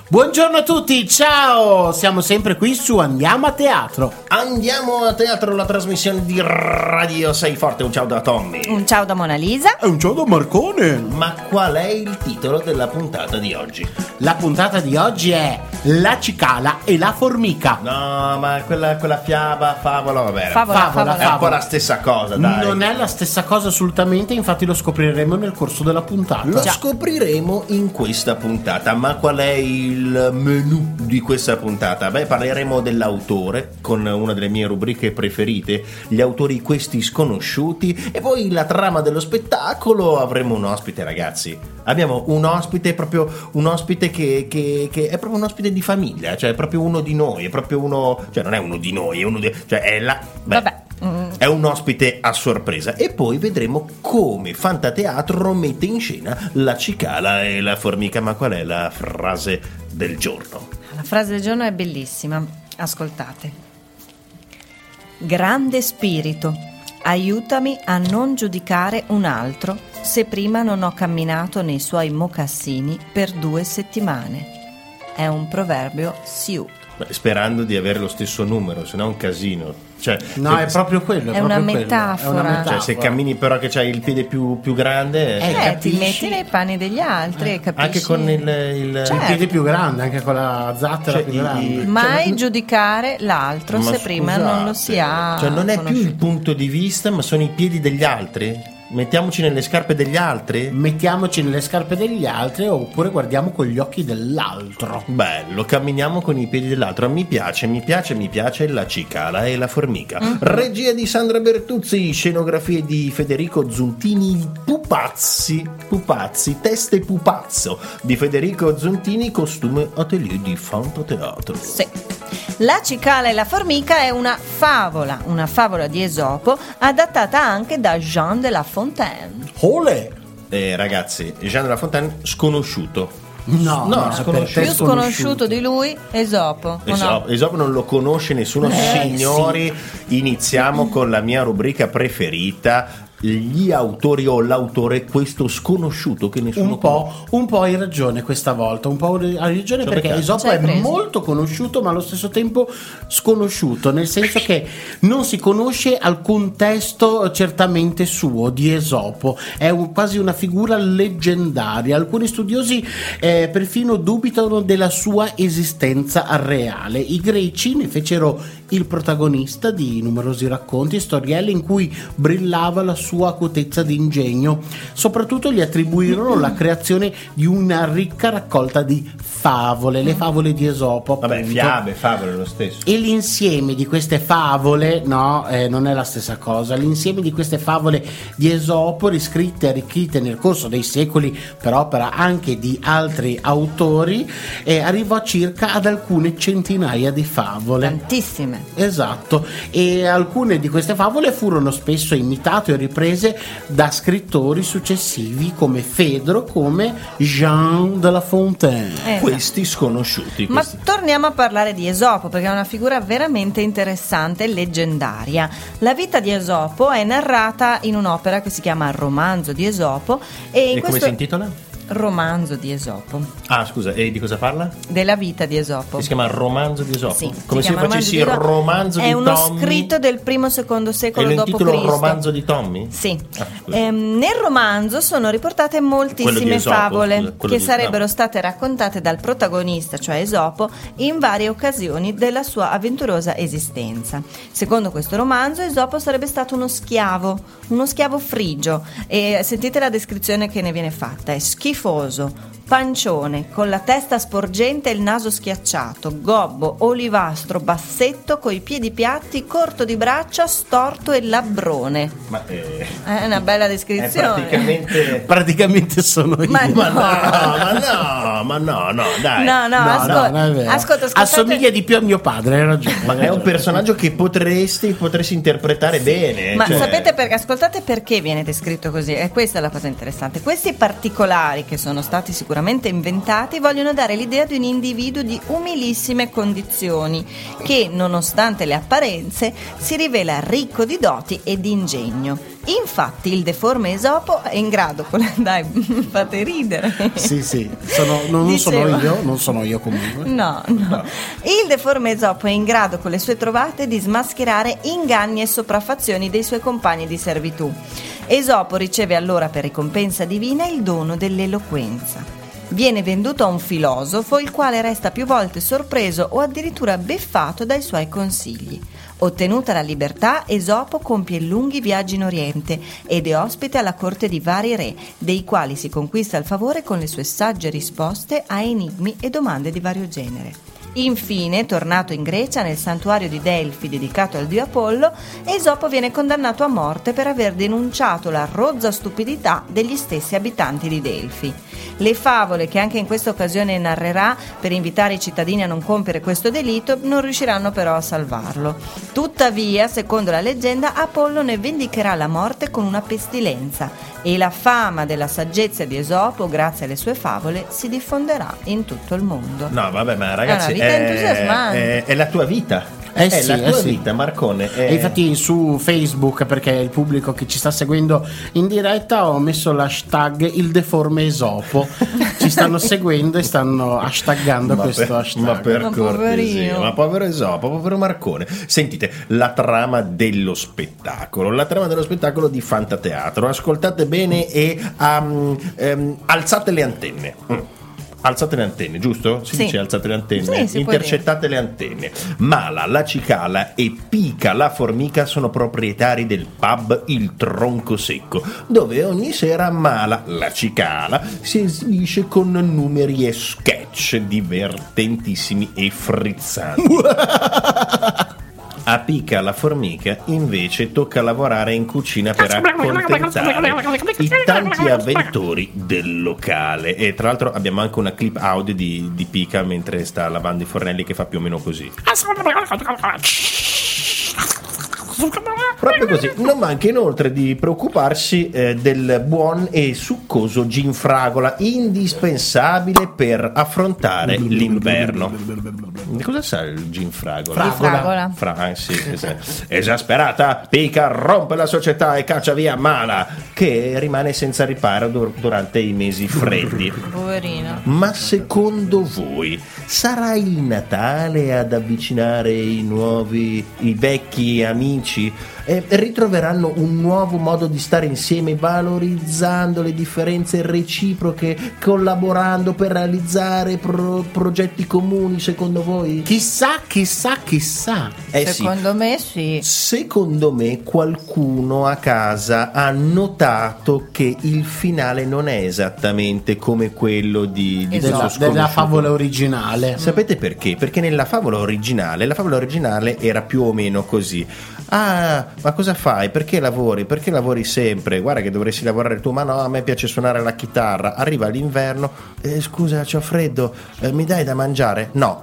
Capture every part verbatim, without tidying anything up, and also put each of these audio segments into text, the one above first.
Buongiorno a tutti, ciao! Siamo sempre qui su Andiamo a Teatro. Andiamo a Teatro, la trasmissione di Radio Sei Forte. Un ciao da Tommy. Un ciao da Mona Lisa. E un ciao da Marcone. Ma qual è il titolo della puntata di oggi? La puntata di oggi è La cicala e la formica. No, ma quella, quella fiaba, favola, vabbè. Favola, Favola, È un po' la stessa cosa, dai. Non è la stessa cosa assolutamente, infatti lo scopriremo nel corso della puntata. Lo scopriremo in questa puntata. Ma qual è il menù di questa puntata? Beh, parleremo dell'autore con una delle mie rubriche preferite, gli autori questi sconosciuti, e poi la trama dello spettacolo. Avremo un ospite, ragazzi. Abbiamo un ospite, proprio un ospite che, che, che è proprio un ospite di famiglia, cioè è proprio uno di noi, è proprio uno, cioè non è uno di noi, è uno di, cioè è la, beh, Vabbè. È un ospite a sorpresa. E poi vedremo come Fantateatro mette in scena La cicala e la formica. Ma qual è la frase del giorno? La frase del giorno è bellissima, ascoltate. Grande spirito, aiutami a non giudicare un altro se prima non ho camminato nei suoi mocassini per due settimane. È un proverbio Sioux. Sperando di avere lo stesso numero, se no è un casino. Cioè, No, se, è proprio quello. È, È una proprio quello. metafora. È una metafora. cioè, se cammini però che c'hai il piede più, più grande, Eh, Eh, capisci? ti metti nei panni degli altri e capisci. anche con il, il Certo. Il piede più grande, anche con la zattera Cioè, più i- grande. Mai cioè, giudicare l'altro Ma se prima non lo si ha. Cioè non è più il conosciuto. punto di vista, ma sono i piedi degli altri. Mettiamoci nelle scarpe degli altri. Mettiamoci nelle scarpe degli altri oppure guardiamo con gli occhi dell'altro. Bello, camminiamo con i piedi dell'altro. Mi piace, mi piace, mi piace La cicala e la formica. Mm-hmm. Regia di Sandra Bertuzzi, scenografie di Federico Zuntini, pupazzi, pupazzi, teste pupazzo di Federico Zuntini, costume atelier di Fantateatro. Sì. La cicala e la formica è una favola, una favola di Esopo, adattata anche da Jean de La Fontaine. Ole! Eh, ragazzi, Jean de La Fontaine sconosciuto. No, No, no, sconosciuto. per te Più sconosciuto di lui, Esopo. o no? Esopo, Esopo non lo conosce nessuno. Eh, Signori, iniziamo con la mia rubrica preferita, gli autori o l'autore questo sconosciuto che nessuno Un po', un po' hai ragione questa volta, un po' hai ragione Ci ho perché beccato. Esopo Ci hai è preso. molto conosciuto ma allo stesso tempo sconosciuto, nel senso che non si conosce al contesto certamente suo di Esopo, è un- quasi una figura leggendaria, alcuni studiosi eh, perfino dubitano della sua esistenza reale. I greci ne fecero il protagonista di numerosi racconti e storielle in cui brillava la sua acutezza di ingegno. Soprattutto gli attribuirono la creazione di una ricca raccolta di favole, le favole di Esopo, Vabbè, appunto. fiabe, favole lo stesso. E l'insieme di queste favole, no, eh, non è la stessa cosa. L'insieme di queste favole di Esopo, riscritte e arricchite nel corso dei secoli per opera anche di altri autori, eh, arrivò circa ad alcune centinaia di favole. Tantissime. Esatto, e alcune di queste favole furono spesso imitate o riprese da scrittori successivi come Fedro, come Jean de La Fontaine. Eh, Questi sconosciuti. Ma questi- torniamo a parlare di Esopo, perché è una figura veramente interessante e leggendaria. La vita di Esopo è narrata in un'opera che si chiama Romanzo di Esopo e in E come questo si intitola? Romanzo di Esopo, Ah, scusa, e di cosa parla? della vita di Esopo. Si chiama Romanzo di Esopo. Sì, Come si se chiama facessi il Romanzo di Esopo. romanzo di È uno Tommy. scritto del primo secondo E secolo lo dopo intitolo Cristo. Romanzo di Tommy? Sì. Ah, scusa. Ehm, nel romanzo sono riportate Quello moltissime di Esopo, favole scusa, quello che di- sarebbero no. state raccontate dal protagonista, cioè Esopo, in varie occasioni della sua avventurosa esistenza. Secondo questo romanzo, Esopo sarebbe stato uno schiavo, uno schiavo frigio, e sentite la descrizione che ne viene fatta: è schifoso, pancione, con la testa sporgente e il naso schiacciato, gobbo, olivastro, bassetto, coi piedi piatti, corto di braccia, storto e labbrone. Ma eh, È una bella è descrizione. praticamente... Praticamente sono io. Ma Ma no. no, ma no, ma no, no, dai. No, no, No, ascolta, no, non è vero. ascolta, ascoltate- Assomiglia di più a mio padre, hai ragione. Ma è un personaggio che potresti, potresti interpretare bene. Ma cioè- sapete perché? Ascoltate perché viene descritto così, e questa è la cosa interessante. Questi particolari che sono stati sicuramente sicuramente inventati, vogliono dare l'idea di un individuo di umilissime condizioni che, nonostante le apparenze, si rivela ricco di doti e di ingegno. Infatti il deforme Esopo è in grado con la... dai, fate ridere. Sì, sì, sono, non Dicevo. sono io, non sono io comunque. No, no, no. Il deforme Esopo è in grado con le sue trovate di smascherare inganni e sopraffazioni dei suoi compagni di servitù. Esopo riceve allora per ricompensa divina il dono dell'eloquenza. Viene venduto a un filosofo, il quale resta più volte sorpreso o addirittura beffato dai suoi consigli. Ottenuta la libertà, Esopo compie lunghi viaggi in Oriente ed è ospite alla corte di vari re, dei quali si conquista il favore con le sue sagge risposte a enigmi e domande di vario genere. Infine, tornato in Grecia nel santuario di Delfi dedicato al dio Apollo, Esopo viene condannato a morte per aver denunciato la rozza stupidità degli stessi abitanti di Delfi. Le favole che anche in questa occasione narrerà per invitare i cittadini a non compiere questo delitto non riusciranno però a salvarlo. Tuttavia, secondo la leggenda, Apollo ne vendicherà la morte con una pestilenza e la fama della saggezza di Esopo, grazie alle sue favole, si diffonderà in tutto il mondo. No, vabbè, ma ragazzi, È una vita entusiasmante. è, è la tua vita. Eh è sì, la eh tua sì. vita, Marcone. È... E infatti su Facebook, perché il pubblico che ci sta seguendo in diretta, ho messo l'hashtag il deforme Esopo. Ci stanno seguendo e stanno hashtaggando ma questo per, hashtag. ma per Ma cortesia, poverino. ma povero Esopo, povero Marcone. Sentite, la trama dello spettacolo, la trama dello spettacolo di Fantateatro. Ascoltate bene e um, um, alzate le antenne. Mm. Alzate le antenne, giusto? Si Sì. dice alzate le antenne, Sì, si può intercettate le antenne. Mala, la cicala e Pica, la formica, sono proprietari del pub Il Tronco Secco, dove ogni sera Mala, la cicala, si esibisce con numeri e sketch divertentissimi e frizzanti. A Pica, la formica, invece tocca lavorare in cucina per accontentare i tanti avventori del locale. E tra l'altro abbiamo anche una clip audio di, di Pica mentre sta lavando i fornelli che fa più o meno così. Proprio così. Non manca inoltre di preoccuparsi eh, del buon e succoso gin fragola, indispensabile per affrontare l'inverno. Di cosa sa il gin fragola? Di fragola. Fra- eh, sì, es- esasperata, Pica rompe la società e caccia via Mala, che rimane senza riparo dur- durante i mesi freddi. Poverino. Ma secondo voi sarà il Natale ad avvicinare i nuovi, i vecchi amici? E ritroveranno un nuovo modo di stare insieme, valorizzando le differenze reciproche, collaborando per realizzare pro- progetti comuni, secondo voi? Chissà, chissà, chissà. Eh sì. Secondo me sì. Secondo me qualcuno a casa ha notato che il finale non è esattamente come quello di, di Esatto. Della, questo della sconosciuto. favola originale. Sapete perché? Perché nella favola originale, la favola originale era più o meno così. Ah, ma cosa fai? Perché lavori? Perché lavori sempre? Guarda che dovresti lavorare tu. Ma no, a me piace suonare la chitarra. Arriva l'inverno, eh, scusa, c'ho freddo, eh, mi dai da mangiare? No.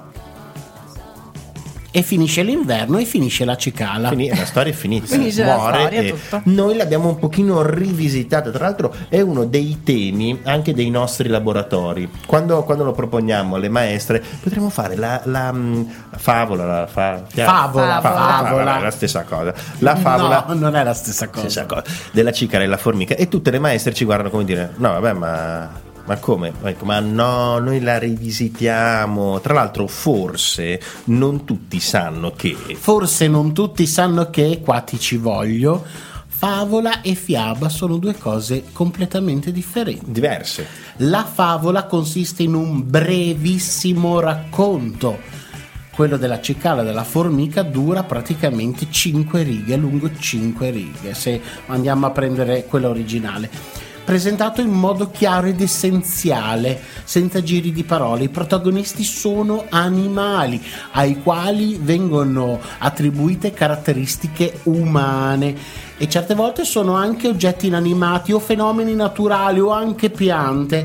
E finisce l'inverno e finisce la cicala. Fini- la storia è finita, Finisce la muore storia, e tutto. noi l'abbiamo un pochino rivisitata. Tra l'altro è uno dei temi anche dei nostri laboratori. Quando, quando lo proponiamo alle maestre, potremmo fare la, la, mh, favola, la fa- Favola, fa- favola. è la stessa cosa. La favola No, non è la stessa cosa. stessa cosa della cicala e la formica, e tutte le maestre ci guardano come dire: no, vabbè, ma Ma come? Ecco, ma no, noi la rivisitiamo. Tra l'altro, forse non tutti sanno che Forse non tutti sanno che, qua ti ci voglio, favola e fiaba sono due cose completamente differenti. diverse. La favola consiste in un brevissimo racconto. Quello della cicala della formica dura praticamente cinque righe, lungo cinque righe, se andiamo a prendere quello originale. Presentato in modo chiaro ed essenziale, senza giri di parole. I protagonisti sono animali ai quali vengono attribuite caratteristiche umane e certe volte sono anche oggetti inanimati o fenomeni naturali o anche piante.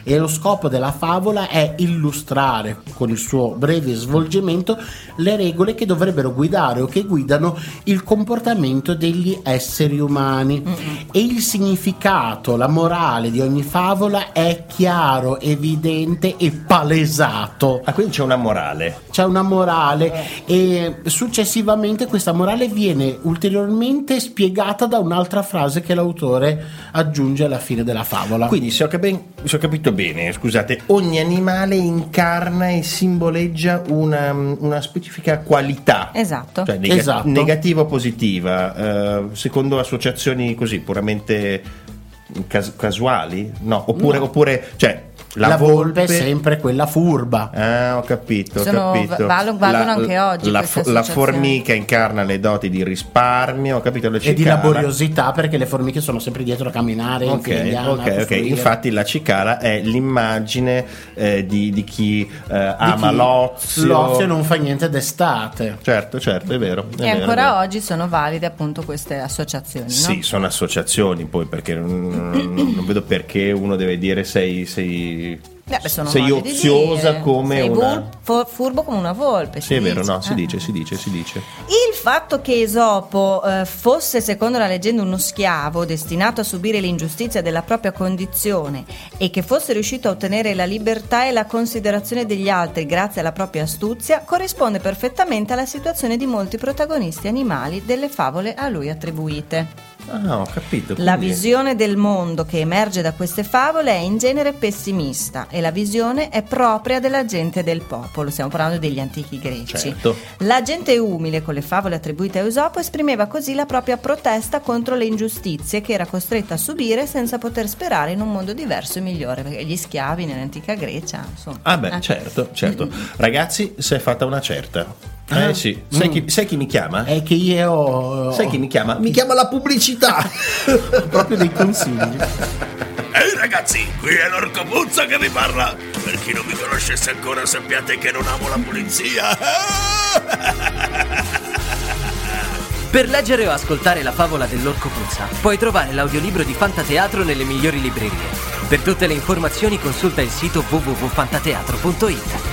e lo scopo della favola è illustrare con il suo breve svolgimento le regole che dovrebbero guidare o che guidano il comportamento degli esseri umani. Mm-hmm. E il significato, la morale di ogni favola è chiaro, evidente e palesato. Ah, quindi c'è una morale. C'è una morale e successivamente questa morale viene ulteriormente spiegata da un'altra frase che l'autore aggiunge alla fine della favola. Quindi se ho, cap- se ho capito bene, scusate, ogni animale incarna e simboleggia una, una specifica qualità. Esatto. Cioè neg- esatto. negativa o positiva, eh, secondo associazioni così puramente cas- casuali? No, oppure, No. oppure cioè La, la volpe, volpe è sempre quella furba. Ah, ho capito, ho Sono- capito. valgono la, anche oggi la, queste la associazioni. formica incarna le doti di risparmio, ho capito, la E cicala. di laboriosità, perché le formiche sono sempre dietro a camminare. in Ok, filigrana, a ok, ok. costruire. Infatti la cicala è l'immagine eh, di, di chi eh, Di ama chi l'ozio. l'ozio non fa niente d'estate. Certo, certo, è vero. È E vero, ancora è vero. oggi sono valide appunto queste associazioni, no? Sì, sono associazioni poi, perché non, non vedo perché uno deve dire sei, sei, Eh beh, sono sei modi di oziosa dire. come Sei una... vul- fu- furbo come una volpe. Sì, si è vero, dice. no, si Eh. dice, si dice, si dice. Il fatto che Esopo eh, fosse, secondo la leggenda, uno schiavo destinato a subire l'ingiustizia della propria condizione e che fosse riuscito a ottenere la libertà e la considerazione degli altri grazie alla propria astuzia corrisponde perfettamente alla situazione di molti protagonisti animali delle favole a lui attribuite. Ah, ho capito. La quindi- visione del mondo che emerge da queste favole è in genere pessimista e la visione è propria della gente del popolo, stiamo parlando degli antichi greci. Certo. La gente umile, con le favole attribuite a Esopo, esprimeva così la propria protesta contro le ingiustizie che era costretta a subire senza poter sperare in un mondo diverso e migliore, perché gli schiavi nell'antica Grecia, insomma. Ah beh, eh. certo, certo. Ragazzi, si è fatta una certa. Eh Ah. sì. Sai, Mm. chi, sai chi mi chiama? È che io Sai chi mi chiama? Mi chiama la pubblicità. proprio dei consigli. Ehi ragazzi, qui è l'Orco Puzza che vi parla. Per chi non mi conoscesse ancora, sappiate che non amo la pulizia. Per leggere o ascoltare la favola dell'Orco Puzza puoi trovare l'audiolibro di Fantateatro nelle migliori librerie. Per tutte le informazioni consulta il sito w w w punto fantateatro punto i t.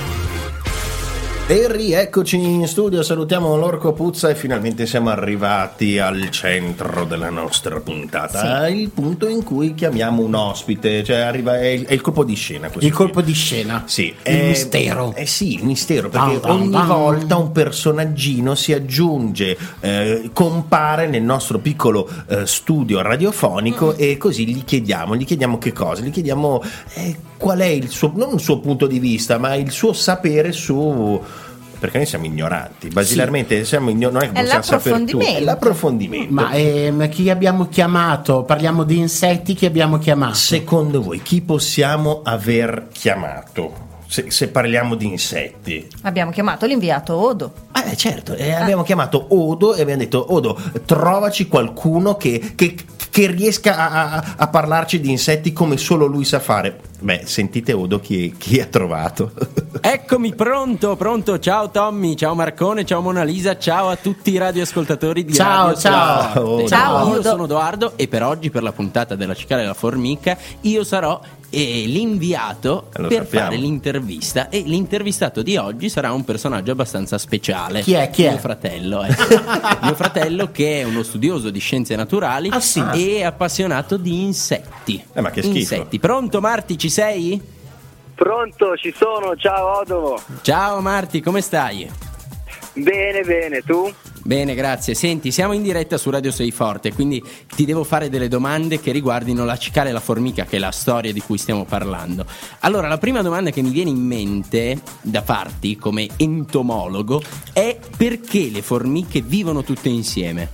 E rieccoci in studio, salutiamo l'Orco Puzza e finalmente siamo arrivati al centro della nostra puntata, il punto in cui chiamiamo un ospite, cioè arriva, è il, è il colpo di scena. questo Il qui. colpo di scena. Sì, Il è- mistero. Eh sì, il mistero, perché Tam, tam, ogni tam. volta un personaggino si aggiunge, eh, compare nel nostro piccolo eh, studio radiofonico e così gli chiediamo, gli chiediamo che cosa? Gli chiediamo eh, qual è il suo, non il suo punto di vista, ma il suo sapere su... Perché noi siamo ignoranti, basilarmente siamo igno- non è che È possiamo sapere tutto, l'approfondimento. è l'approfondimento. Ma ehm, chi abbiamo chiamato? Parliamo di insetti, chi abbiamo chiamato? Secondo voi chi possiamo aver chiamato? Se, se parliamo di insetti. Abbiamo chiamato l'inviato Odo. Ah, eh, certo, eh, abbiamo chiamato Odo e abbiamo detto: Odo, trovaci qualcuno che, che- che riesca a, a- a parlarci di insetti come solo lui sa fare. Beh, sentite Odo chi, chi ha trovato. Eccomi pronto, pronto. Ciao Tommy, ciao Marcone, ciao Mona Lisa, ciao a tutti i radioascoltatori di Ciao, Radio ciao. Forte. Ciao, Io Odo. sono Edoardo e per oggi, per la puntata della Cicala e la Formica, io sarò eh, l'inviato Eh, lo per sappiamo. fare l'intervista, e l'intervistato di oggi sarà un personaggio abbastanza speciale. Chi è? Chi è? Mio fratello, eh. Mio fratello, che è uno studioso di scienze naturali Ah, sì? e appassionato di insetti. Eh, ma che schifo. Insetti. Pronto Marti, ci sei? Pronto, ci sono, ciao Odo. Ciao Marti, come stai? Bene, bene, tu? Bene, grazie. Senti, siamo in diretta su Radio Sei Forte, quindi ti devo fare delle domande che riguardino la cicala e la formica, che è la storia di cui stiamo parlando. Allora, la prima domanda che mi viene in mente da farti come entomologo è: perché le formiche vivono tutte insieme?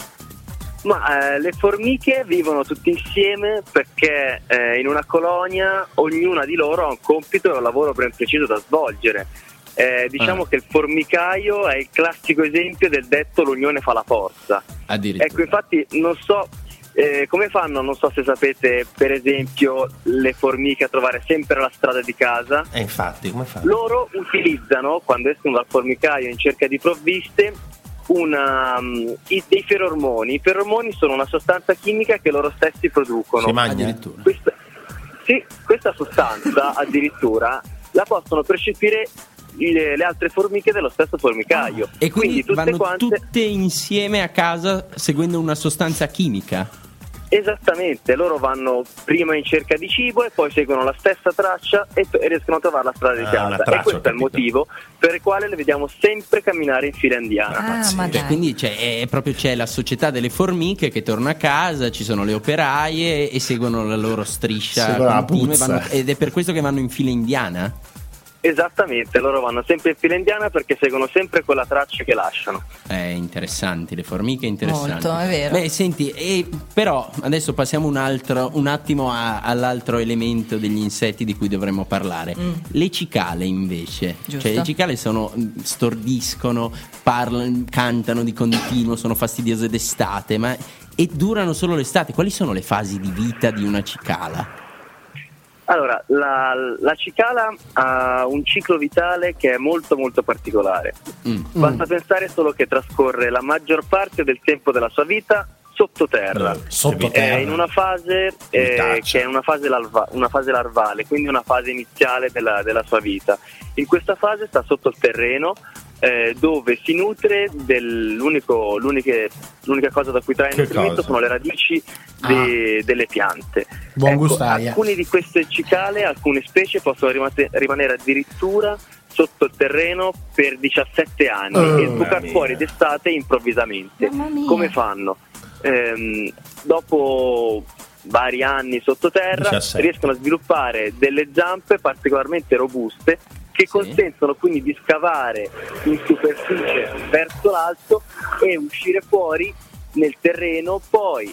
Ma eh, le formiche vivono tutte insieme perché eh, in una colonia ognuna di loro ha un compito e un lavoro ben preciso da svolgere. Eh, diciamo Ah. che il formicaio è il classico esempio del detto l'unione fa la forza. Addirittura. Ecco, infatti non so eh, come fanno, non so se sapete per esempio le formiche a trovare sempre la strada di casa. E infatti, come fa? Loro utilizzano, quando escono dal formicaio in cerca di provviste, una, um, i, dei ferormoni. I ferormoni sono una sostanza chimica che loro stessi producono. Si mangia? Addirittura. Questa- Sì, questa sostanza addirittura la possono percepire le, le altre formiche dello stesso formicaio. E quindi, quindi tutte vanno quante tutte insieme a casa seguendo una sostanza chimica. Esattamente, loro vanno prima in cerca di cibo e poi seguono la stessa traccia e, e riescono a trovare la strada di Ah, casa. una traccia, E questo è il ho capito. motivo per il quale le vediamo sempre camminare in fila indiana. Ah, ma Cioè, dai. quindi c'è, è proprio c'è la società delle formiche che torna a casa, ci sono le operaie e seguono la loro striscia Seguono la continua e puzza. vanno- ed è per questo che vanno in fila indiana? Esattamente, loro vanno sempre in fila indiana perché seguono sempre quella traccia che lasciano. Eh, interessanti, le formiche interessanti. Molto, è vero. Beh, senti, e però adesso passiamo un, altro, un attimo a- all'altro elemento degli insetti di cui dovremmo parlare. Mm. Le cicale invece. Giusto. Cioè le cicale sono, mh, stordiscono, parlano, cantano di continuo, sono fastidiose d'estate, ma e durano solo l'estate. Quali sono le fasi di vita di una cicala? Allora, la, la cicala ha un ciclo vitale che è molto molto particolare. Mm. Basta pensare solo che trascorre la maggior parte del tempo della sua vita sottoterra. Eh, Sottoterra. È in una fase eh, Vitaccia. che è una fase, larva- una fase larvale, quindi una fase iniziale della, della sua vita. In questa fase sta sotto il terreno, eh, dove si nutre dell'unico, l'uniche, l'unica cosa da cui trae Che nutrimento cosa? sono le radici de- delle piante. Buon Ecco, gustaia. alcune di queste cicale, alcune specie possono rimate- rimanere addirittura sotto il terreno per diciassette anni Oh, e sbucar mia. fuori d'estate improvvisamente. Mamma mia. Come fanno? Ehm, dopo vari anni sottoterra diciassette. riescono a sviluppare delle zampe particolarmente robuste che Sì. consentono quindi di scavare in superficie verso l'alto e uscire fuori nel terreno, poi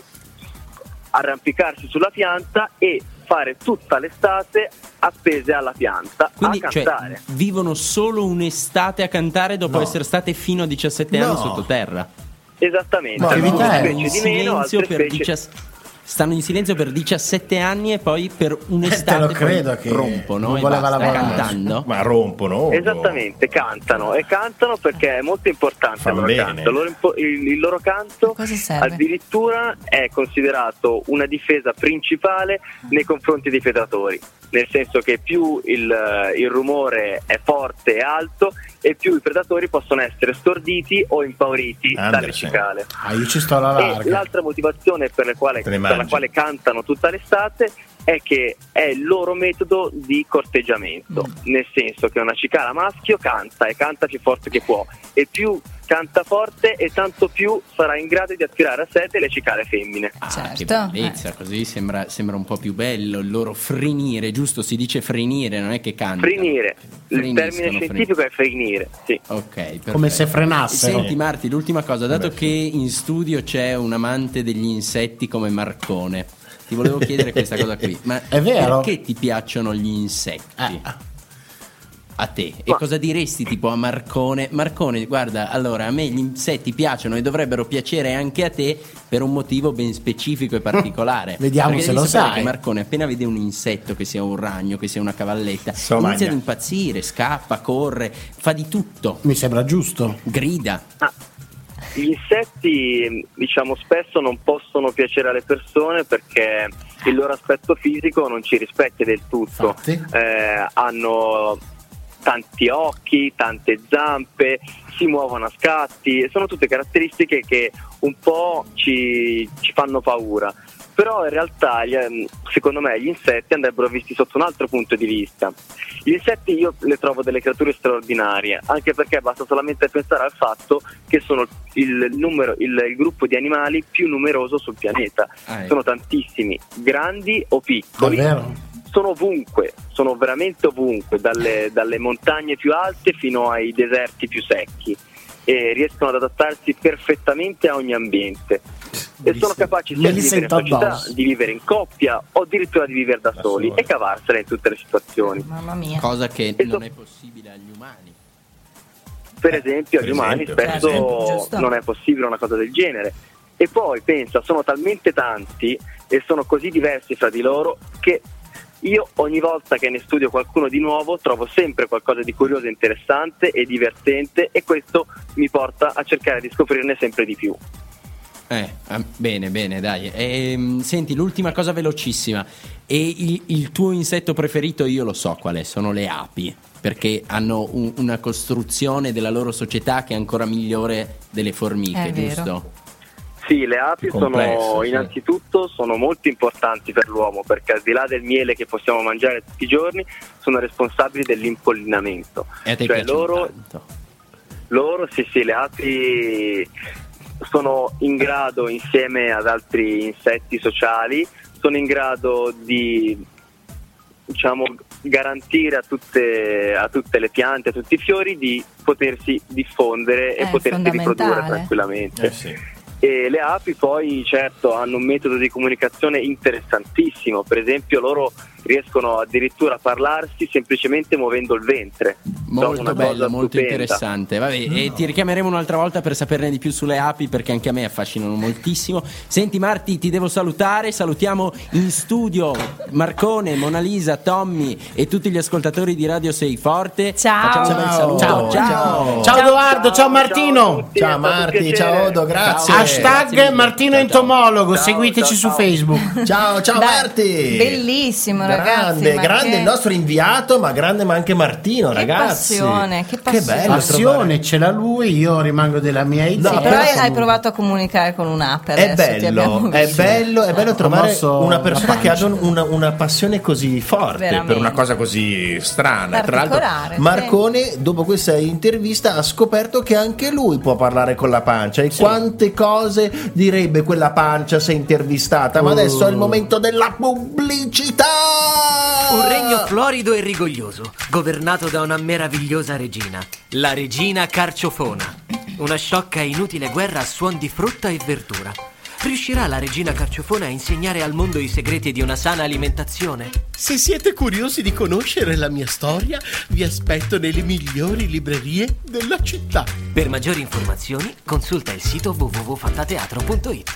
arrampicarsi sulla pianta e fare tutta l'estate appese alla pianta Quindi, a cioè, cantare. vivono solo un'estate a cantare dopo No. essere state fino a diciassette No. anni sottoterra. Esattamente, Ma che alcune vita è? specie in di meno, silenzio altre per specie diciass- stanno in silenzio per diciassette anni e poi per Eh, un'estate te lo credo poi che rompono non e voleva basta lavorare. cantando. Ma rompono. Esattamente, cantano e cantano perché è molto importante Fan il loro bene. canto. Il loro, impo- il- il loro canto Cosa serve? addirittura è considerato una difesa principale nei confronti dei predatori, nel senso che più il, il rumore è forte e alto e più i predatori possono essere storditi o impauriti dalle Andersen. cicale. Ah, io ci sto alla E larga. l'altra motivazione per, le quale, Te ne per la mangi. quale cantano tutta l'estate è che è il loro metodo di corteggiamento, Mm. nel senso che una cicala maschio canta e canta più forte che può, e più canta forte e tanto più sarà in grado di attirare a sé le cicale femmine. Ah, Certo, che bellezza, così sembra, sembra un po' più bello il loro frenire, giusto? Si dice frenire, non è che cantano. Frenire, il Freniscono, termine fren- scientifico è frenire, sì. Ok, perfetto. Come se frenassero. Senti Marti, l'ultima cosa, dato Beh, che in studio c'è un amante degli insetti come Marcone, ti volevo chiedere questa cosa qui, ma È vero? perché ti piacciono gli insetti? Eh. A te? E Ma- cosa diresti tipo a Marcone? Marcone, guarda, allora a me gli insetti piacciono e dovrebbero piacere anche a te per un motivo ben specifico e particolare. Vediamo Perché se devi lo sapere sai. che Marcone appena vede un insetto, che sia un ragno, che sia una cavalletta, So inizia magna. ad impazzire, scappa, corre, fa di tutto, Mi sembra giusto. grida. Ah, gli insetti, diciamo, spesso non possono piacere alle persone perché il loro aspetto fisico non ci rispecchia del tutto. Infatti. Eh, hanno tanti occhi, tante zampe, si muovono a scatti, e sono tutte caratteristiche che un po' ci, ci fanno paura. Però in realtà gli- ehm, secondo me gli insetti andrebbero visti sotto un altro punto di vista. Gli insetti io le trovo delle creature straordinarie, anche perché basta solamente pensare al fatto che sono il, numero, il, il gruppo di animali più numeroso sul pianeta. Ah, ecco. Sono tantissimi, grandi o piccoli, Davvero? sono ovunque, sono veramente ovunque, dalle, dalle montagne più alte fino ai deserti più secchi, e riescono ad adattarsi perfettamente a ogni ambiente. E sono capaci sia Me di li vivere in sento società, addosso. di vivere in coppia o addirittura di vivere da, Da soli soli. e cavarsela in tutte le situazioni. Mamma mia. Cosa che E non so- è possibile agli umani. Per esempio, per agli umani esempio, per spesso esempio. Giusto. non è possibile una cosa del genere. E poi pensa, sono talmente tanti e sono così diversi fra di loro che io ogni volta che ne studio qualcuno di nuovo trovo sempre qualcosa di curioso, interessante e divertente, e questo mi porta a cercare di scoprirne sempre di più. Eh, ah, bene, bene, dai. Ehm, senti, l'ultima cosa velocissima. E il, il tuo insetto preferito io lo so qual è, sono le api, perché hanno un, una costruzione della loro società che è ancora migliore delle formiche, È vero. giusto? Sì, le api Complesso, sono sì. innanzitutto sono molto importanti per l'uomo, perché al di là del miele che possiamo mangiare tutti i giorni, sono responsabili dell'impollinamento. E a te Cioè piacciono loro, tanto. loro sì sì, le api sono in grado, insieme ad altri insetti sociali, sono in grado di, diciamo, garantire a tutte, a tutte le piante, a tutti i fiori di potersi diffondere e È potersi riprodurre fondamentale. tranquillamente. Eh sì. E le api poi certo hanno un metodo di comunicazione interessantissimo, per esempio loro riescono addirittura a parlarsi semplicemente muovendo il ventre. Trovo Molto una bello, cosa molto stupenda. interessante. Vabbè, e ti richiameremo un'altra volta per saperne di più sulle api, perché anche a me affascinano moltissimo. Senti Marti, ti devo salutare. Salutiamo in studio Marcone, Mona Lisa, Tommy e tutti gli ascoltatori di Radio Sei Forte. Ciao. Facciamo un bel saluto. Ciao. Ciao. Ciao Edoardo, ciao Martino. Ciao a tutti, è Ciao stato un Marti, piacere. ciao Odo, grazie. Hashtag Grazie mille. Martino Ciao, ciao. Entomologo, Ciao, seguiteci ciao, su ciao. Facebook. Ciao, ciao Dai, Marti. bellissimo, ragazzi, Grande, ma grande che- il nostro inviato, ma grande ma anche Martino, Che ragazzi. passione, che passione. bello Passione trovare- ce l'ha lui, io rimango della mia idea. No, Sì, però però hai, sono- hai provato a comunicare con un'app È adesso, ti abbiamo bello, è visto. bello, è bello Ho trovare mosso una la persona che pancia. abbia una, una passione così forte Veramente. per una cosa così strana. Tra l'altro, Particolare, sì. Marcone, dopo questa intervista, ha scoperto che anche lui può parlare con la pancia. E quante cose direbbe quella pancia se intervistata? Ma Oh. adesso è il momento della pubblicità. Un regno florido e rigoglioso, governato da una meravigliosa regina, la regina Carciofona. Una sciocca e inutile guerra a suon di frutta e verdura. Riuscirà la regina Carciofona a insegnare al mondo i segreti di una sana alimentazione? Se siete curiosi di conoscere la mia storia, vi aspetto nelle migliori librerie della città. Per maggiori informazioni, consulta il sito w w w punto fantateatro punto it.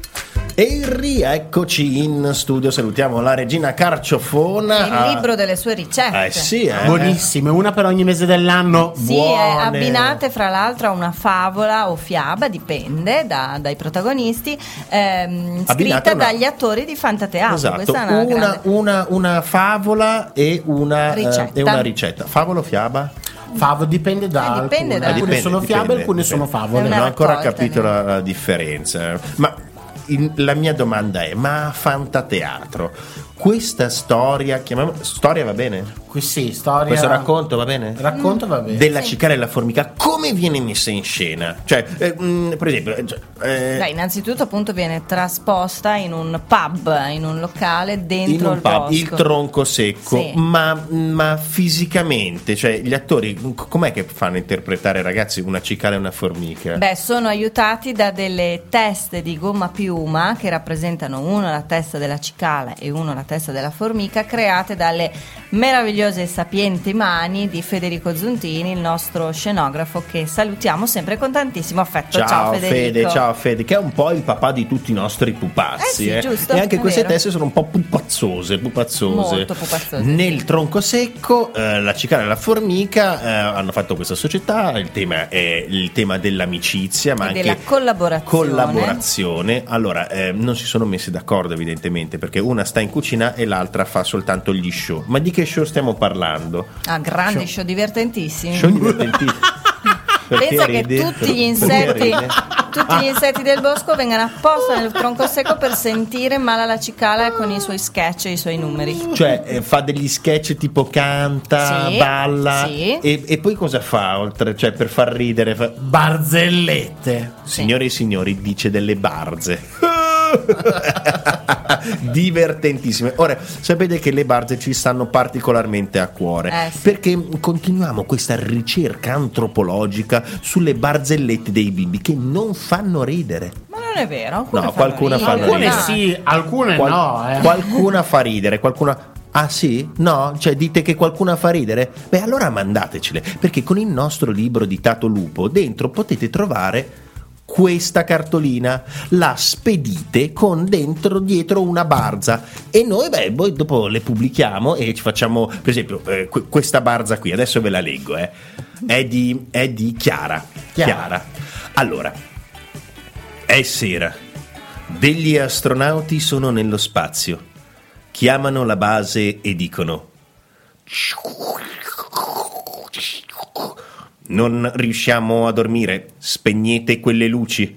E rieccoci in studio, salutiamo la regina Carciofona. Il Ah, libro delle sue ricette. Eh sì, eh. Buonissime, una per ogni mese dell'anno. Sì, buone. è abbinate fra l'altro a una favola o fiaba, dipende da- dai protagonisti, ehm, Abbinate scritta a una- dagli attori di Fantateatro. Esatto, Questa è una, una, grande- una, una favola e una eh, Ricetta. e una ricetta. Favola o fiaba? Favo dipende da Eh, dipende alcune, da- alcune Dipende, sono fiabe, dipende, alcune dipende. sono favole. È Non una ho ancora raccolta, capito ne- la, la differenza. Ma il- la mia domanda è: ma a Fantateatro questa storia, chiamiamola storia, va bene? Qui sì, storia. Questo racconto va bene? Racconto va bene. Della cicala e la formica, come viene messa in scena? Cioè, eh, mh, per esempio, eh, cioè, eh, Beh, innanzitutto appunto viene trasposta in un pub, in un locale dentro in un il pub, bosco. il tronco secco, Sì. ma, ma fisicamente, cioè gli attori, c- com'è che fanno a interpretare, ragazzi, una cicala e una formica? Beh, sono aiutati da delle teste di gomma piuma che rappresentano uno la testa della cicala e uno la testa della formica, create dalle meravigliose e sapienti mani di Federico Zuntini, il nostro scenografo, che salutiamo sempre con tantissimo affetto. Ciao, Ciao Federico. Fede, ciao Fede, che è un po' il papà di tutti i nostri pupazzi. Eh sì, giusto, e anche è queste vero. teste sono un po' pupazzose, pupazzose. Molto pupazzose, Nel sì. tronco secco, eh, la cicala e la formica eh, hanno fatto questa società. Il tema è il tema dell'amicizia, ma E anche della collaborazione. collaborazione. Allora, eh, non si sono messi d'accordo, evidentemente, perché una sta in cucina e l'altra fa soltanto gli show. Ma di che show stiamo parlando? Ah, grandi show divertentissimi. Show divertentissimi. Perché Pensa che ride? tutti gli Perché insetti ride? tutti gli insetti del bosco vengano apposta nel tronco secco per sentire male la cicala con i suoi sketch e i suoi numeri. Cioè eh, fa degli sketch tipo canta, Sì, balla sì. e, e poi cosa fa oltre? Cioè per far ridere fa- Barzellette. Signore e signori, dice delle barze. Divertentissime. Ora sapete che le barze ci stanno particolarmente a cuore, Eh, sì. perché continuiamo questa ricerca antropologica sulle barzellette dei bimbi che non fanno ridere. Ma non è vero, alcune No, fanno qualcuna ridere. fanno Alcune ridere. sì, alcune Qual- no. Eh. Qualcuna fa ridere, qualcuna. Ah sì? No? Cioè dite che qualcuna fa ridere? Beh allora mandatecele, perché con il nostro libro di Tato Lupo dentro potete trovare questa cartolina, la spedite con dentro dietro una barza e noi beh poi dopo le pubblichiamo e ci facciamo, per esempio eh, que- questa barza qui, adesso ve la leggo, eh. è, di, è di Chiara. Chiara. Chiara. Allora, è sera, degli astronauti sono nello spazio. chiamano la base e dicono: non riusciamo a dormire, spegnete quelle luci.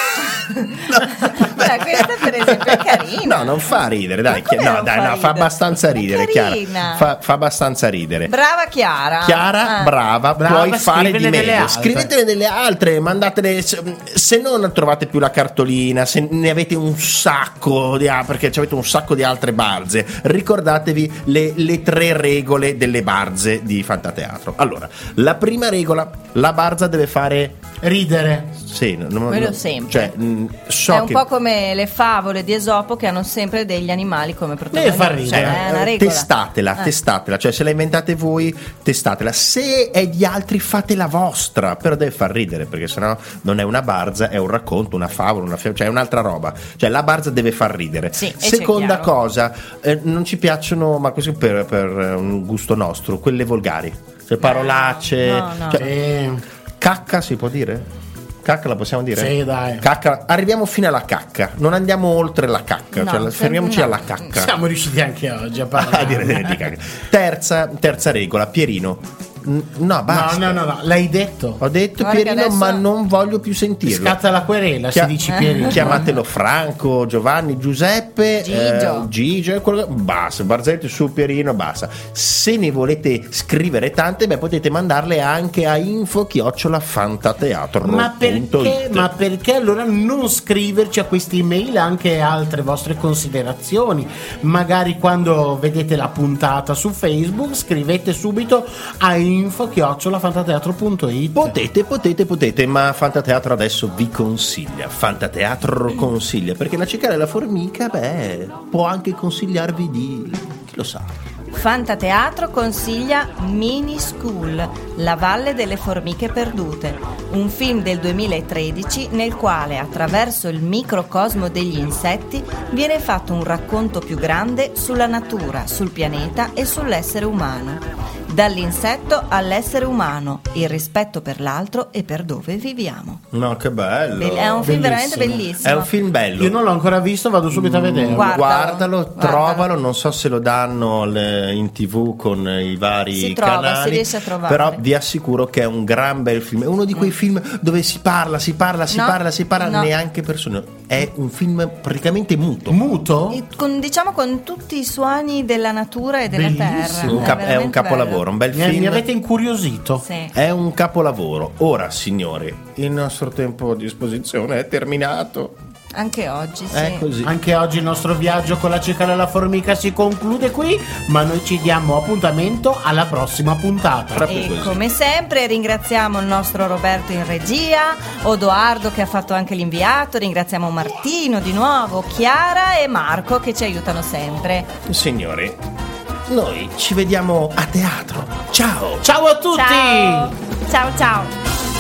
Beh, questa per esempio è carina. No, non fa ridere, dai, Ma come no, non dai, fa no, fa ridere? abbastanza È ridere, carina. Chiara. Fa, fa abbastanza ridere. Brava Chiara. Chiara, Ah. brava, Brava, puoi fare di scrivene delle meglio. altre. Scrivetene delle altre, mandatele. Se, se non trovate più la cartolina, se ne avete un sacco di, perché avete un sacco di altre barze, ricordatevi le, le tre regole delle barze di Fantateatro. Allora, la prima regola: la barza deve fare Ridere. sì, non, Quello non- sempre. Cioè, mh, so È un che po' come le favole di Esopo che hanno sempre degli animali come protagonisti. Deve far ridere. È una Eh, regola. testatela, Eh. testatela, cioè se la inventate voi, testatela. Se è di altri, fate la vostra, però deve far ridere, perché sennò non è una barza, è un racconto, una favola, una fia- cioè è un'altra roba. Cioè la barza deve far ridere. Sì, e c'è Seconda chiaro. cosa, eh, non ci piacciono, ma questo per, per eh, un gusto nostro, quelle volgari. Cioè parolacce, no, no. cioè, Sì. cacca si può dire? Cacca la possiamo dire? Sì, dai. Cacca, arriviamo fino alla cacca, non andiamo oltre la cacca, No, cioè se- fermiamoci no. alla cacca. Siamo riusciti anche oggi a Ah, parlare. dire di cacca. Terza, terza regola, Pierino. N- No, basta. No, no, no, no, l'hai detto. Ho detto Guarda che Pierino, adesso- ma non voglio più sentirlo. Scatta la querela, Chia- si dice Pierino. Chiamatelo Franco, Giovanni, Giuseppe, Gigio. eh, Gigio, quello- basta, Barzetto su Pierino, basta. Se ne volete scrivere tante, beh, potete mandarle anche a info chiocciola fantateatro. Ma perché, ma perché allora non scriverci a queste email anche altre vostre considerazioni? Magari quando vedete la puntata su Facebook scrivete subito a info chiocciola fantateatro punto it. Potete, potete, potete, ma Fantateatro adesso vi consiglia. Fantateatro consiglia, perché la cicala e la formica, beh, può anche consigliarvi di... chi lo sa. Fantateatro consiglia Mini School, La Valle delle Formiche Perdute, un film del duemilatredici nel quale attraverso il microcosmo degli insetti viene fatto un racconto più grande sulla natura, sul pianeta e sull'essere umano. Dall'insetto all'essere umano, il rispetto per l'altro e per dove viviamo. No, che bello. Be- È un film veramente Bellissimo. bellissimo. È un film bello. Io non l'ho ancora visto, vado subito a vedere. Guardalo, Guardalo, guardalo. trovalo, non so se lo danno le- in tv con i vari Si trova, canali, si riesce a trovare. però vi assicuro che è un gran bel film. È uno di quei film dove si parla, si parla, si No, parla, si parla, no. neanche persone. È un film praticamente muto. Muto? E con, diciamo con tutti i suoni della natura e della Bellissimo. terra. Un cap- è un veramente capolavoro, un bel Mi, film. mi avete incuriosito. bello. Sì. È un capolavoro. Ora, signori, il nostro tempo a disposizione è terminato. Anche oggi, sì. È così. Anche oggi il nostro viaggio con la cicala e la formica si conclude qui, ma noi ci diamo appuntamento alla prossima puntata. Proprio E così. come sempre ringraziamo il nostro Roberto in regia, Odoardo che ha fatto anche l'inviato, ringraziamo Martino di nuovo, Chiara e Marco che ci aiutano sempre. Signori, noi ci vediamo a teatro. Ciao! Ciao a tutti! Ciao, ciao, ciao.